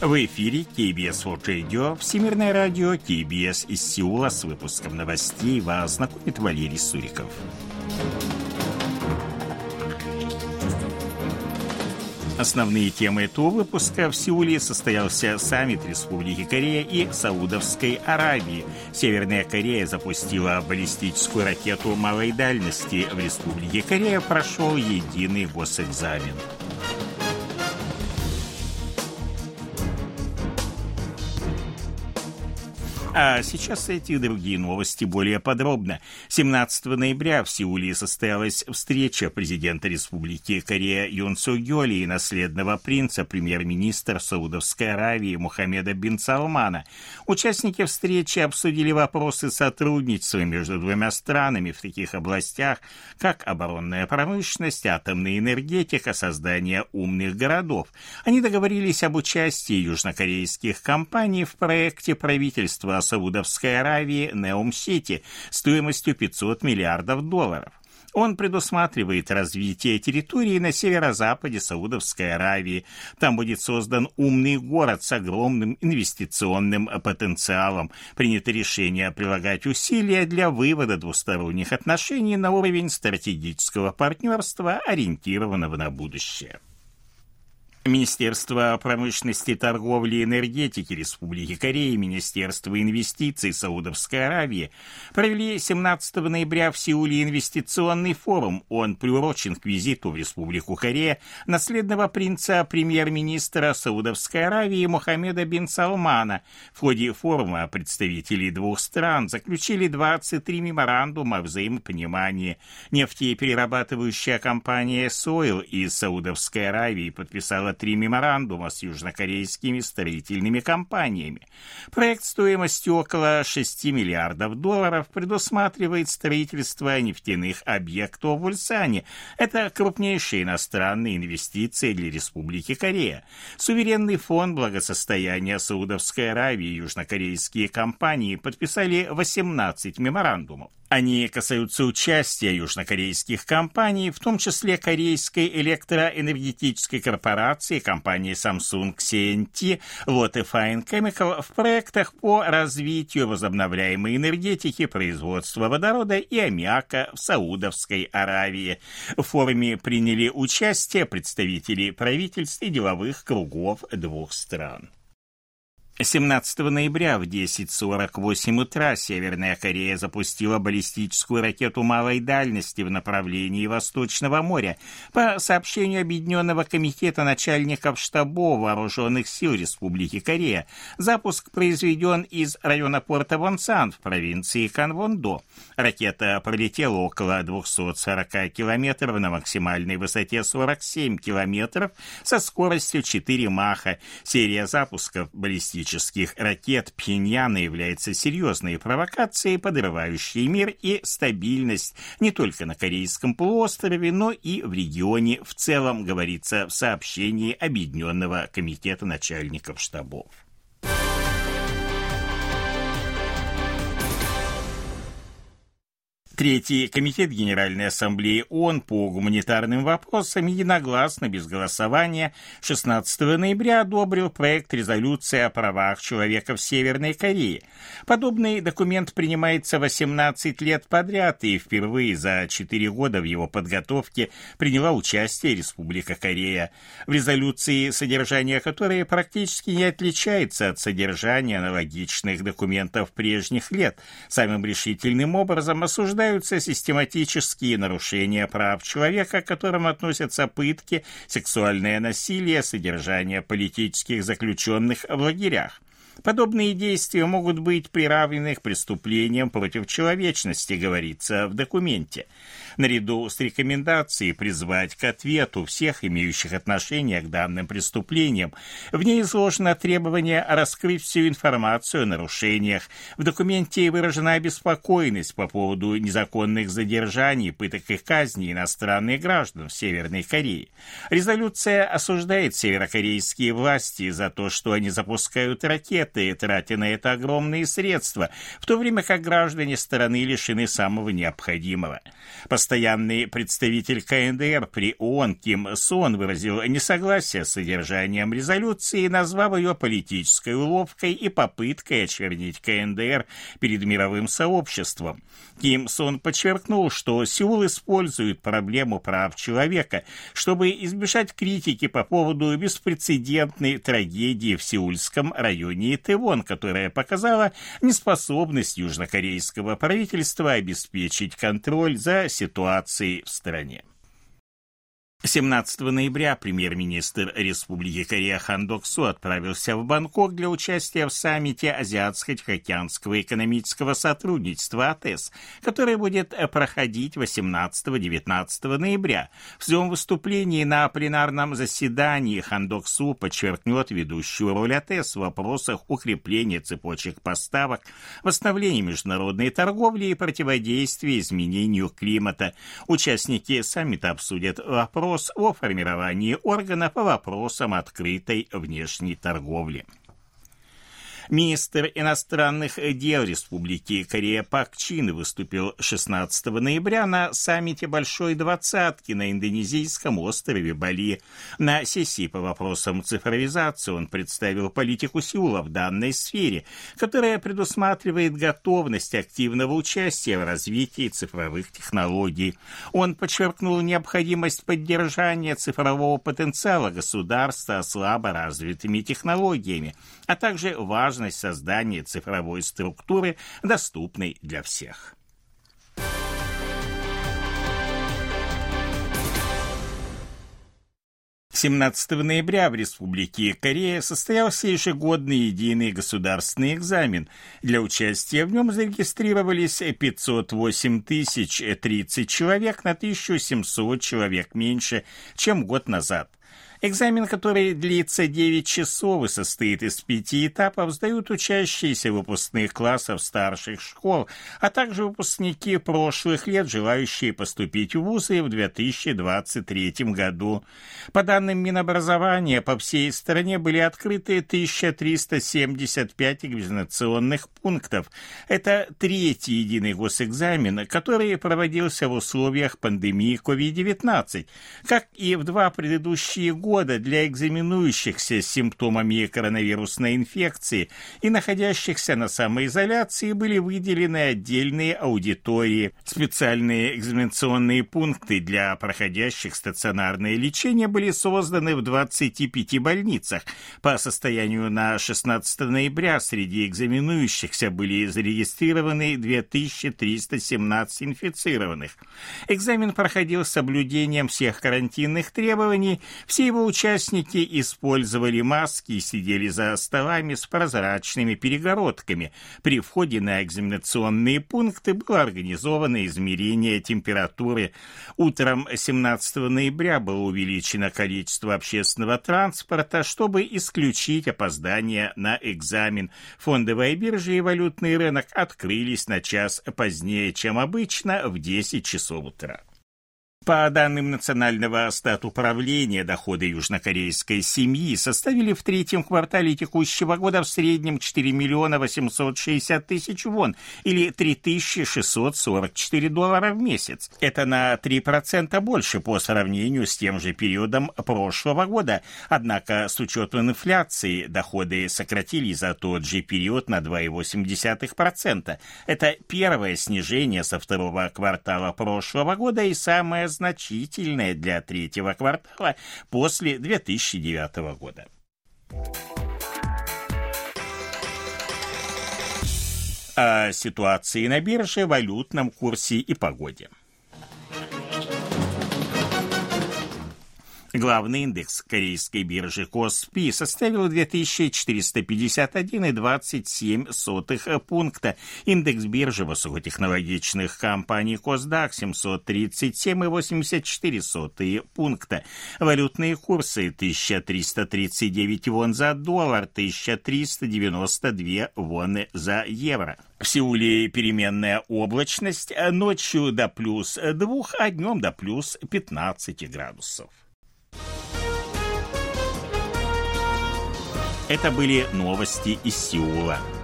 В эфире KBS World Radio, Всемирное радио, KBS из Сеула. С выпуском новостей вас знакомит Валерий Суриков. Основные темы этого выпуска. В Сеуле состоялся саммит Республики Корея и Саудовской Аравии. Северная Корея запустила баллистическую ракету малой дальности. В Республике Корея прошел единый госэкзамен. А сейчас эти и другие новости более подробно. 17 ноября в Сеуле состоялась встреча президента Республики Корея Юн Су Гёля и наследного принца, премьер-министра Саудовской Аравии Мухаммеда бин Салмана. Участники встречи обсудили вопросы сотрудничества между двумя странами в таких областях, как оборонная промышленность, атомная энергетика, создание умных городов. Они договорились об участии южнокорейских компаний в проекте правительства Саудовской Аравии Neom City стоимостью $500 миллиардов. Он предусматривает развитие территории на северо-западе Саудовской Аравии. Там будет создан умный город с огромным инвестиционным потенциалом. Принято решение прилагать усилия для вывода двусторонних отношений на уровень стратегического партнерства, ориентированного на будущее. Министерство промышленности, торговли и энергетики Республики Корея и Министерство инвестиций Саудовской Аравии провели 17 ноября в Сеуле инвестиционный форум. Он приурочен к визиту в Республику Корея наследного принца премьер-министра Саудовской Аравии Мухаммеда бин Салмана. В ходе форума представители двух стран заключили 23 меморандума о взаимопонимании. Нефтеперерабатывающая компания «Сойл» из Саудовской Аравии подписала 3 меморандума с южнокорейскими строительными компаниями. Проект стоимостью около $6 миллиардов предусматривает строительство нефтяных объектов в Ульсане. Это крупнейшие иностранные инвестиции для Республики Корея. Суверенный фонд благосостояния Саудовской Аравии и южнокорейские компании подписали 18 меморандумов. Они касаются участия южнокорейских компаний, в том числе Корейской электроэнергетической корпорации, компании Samsung C&T, Lotte Fine Chemical в проектах по развитию возобновляемой энергетики, производства водорода и аммиака в Саудовской Аравии. В форуме приняли участие представители правительств и деловых кругов двух стран. 17 ноября в 10:48 утра Северная Корея запустила баллистическую ракету малой дальности в направлении Восточного моря. По сообщению Объединенного комитета начальников штабов вооруженных сил Республики Корея, запуск произведен из района порта Вонсан в провинции Канвондо. Ракета пролетела около 240 километров на максимальной высоте 47 километров со скоростью 4 маха. Серия запусков баллистических ракет Пхеньяна является серьезной провокацией, подрывающей мир и стабильность не только на Корейском полуострове, но и в регионе в целом, говорится в сообщении Объединенного комитета начальников штабов. Третий комитет Генеральной Ассамблеи ООН по гуманитарным вопросам единогласно, без голосования, 16 ноября одобрил проект резолюции о правах человека в Северной Корее. Подобный документ принимается 18 лет подряд, и впервые за 4 года в его подготовке приняла участие Республика Корея. В резолюции, содержание которой практически не отличается от содержания аналогичных документов прежних лет, самым решительным образом осуждается систематические нарушения прав человека, к которым относятся пытки, сексуальное насилие, содержание политических заключенных в лагерях. Подобные действия могут быть приравнены к преступлениям против человечности, говорится в документе. Наряду с рекомендацией призвать к ответу всех имеющих отношение к данным преступлениям, в ней изложено требование раскрыть всю информацию о нарушениях. В документе выражена обеспокоенность по поводу незаконных задержаний, пыток и казней иностранных граждан в Северной Корее. Резолюция осуждает северокорейские власти за то, что они запускают ракеты, бюджеты, тратя на это огромные средства, в то время как граждане страны лишены самого необходимого. Постоянный представитель КНДР при ООН Ким Сон выразил несогласие с содержанием резолюции, назвав ее политической уловкой и попыткой очернить КНДР перед мировым сообществом. Ким Сон подчеркнул, что Сеул использует проблему прав человека, чтобы избежать критики по поводу беспрецедентной трагедии в сеульском районе Итэвон, которая показала неспособность южнокорейского правительства обеспечить контроль за ситуацией в стране. 17 ноября премьер-министр Республики Корея Хан Док-су отправился в Бангкок для участия в саммите Азиатско-Тихоокеанского экономического сотрудничества АТЭС, который будет проходить 18-19 ноября. В своем выступлении на пленарном заседании Хан Док-су подчеркнет ведущую роль АТЭС в вопросах укрепления цепочек поставок, восстановления международной торговли и противодействия изменению климата. Участники саммита обсудят вопрос о формировании органа по вопросам открытой внешней торговли. Министр иностранных дел Республики Корея Пак Чин выступил 16 ноября на саммите Большой Двадцатки на индонезийском острове Бали. На сессии по вопросам цифровизации он представил политику Сеула в данной сфере, которая предусматривает готовность активного участия в развитии цифровых технологий. Он подчеркнул необходимость поддержания цифрового потенциала государства слабо развитыми технологиями, а также важность создания цифровой структуры, доступной для всех. — 17 ноября в Республике Корея состоялся ежегодный единый государственный экзамен. Для участия в нем зарегистрировались 508 030 человек, на 1700 человек меньше, чем год назад. Экзамен, который длится 9 часов и состоит из 5 этапов, сдают учащиеся выпускных классов старших школ, а также выпускники прошлых лет, желающие поступить в вузы в 2023 году. По данным Минобразования, по всей стране были открыты 1375 экзаменационных пунктов. Это третий единый госэкзамен, который проводился в условиях пандемии COVID-19. Как и в два предыдущие года, для экзаменующихся с симптомами коронавирусной инфекции и находящихся на самоизоляции были выделены отдельные аудитории. Специальные экзаменационные пункты для проходящих стационарное лечение были созданы в 25 больницах. По состоянию на 16 ноября среди экзаменующихся были зарегистрированы 2317 инфицированных. Экзамен проходил с соблюдением всех карантинных требований. Все его участники использовали маски и сидели за столами с прозрачными перегородками. При входе на экзаменационные пункты было организовано измерение температуры. Утром 17 ноября было увеличено количество общественного транспорта, чтобы исключить опоздание на экзамен. Фондовая биржа и валютный рынок открылись на час позднее, чем обычно, в 10 часов утра. По данным Национального статуправления, доходы южнокорейской семьи составили в третьем квартале текущего года в среднем 4 860 000 вон, или $3644 в месяц. Это на 3% больше по сравнению с тем же периодом прошлого года. Однако с учетом инфляции доходы сократились за тот же период на 2,8%. Это первое снижение со второго квартала прошлого года и самое значительное для третьего квартала после 2009 года. О ситуации на бирже, валютном курсе и погоде. Главный индекс корейской биржи Коспи составил 2451,27 пункта. Индекс биржи высокотехнологичных компаний Косдак 737,84 пункта. Валютные курсы: 1339 вон за доллар, 1392 воны за евро. В Сеуле переменная облачность, ночью до +2, а днем до +15 градусов. Это были новости из Сеула.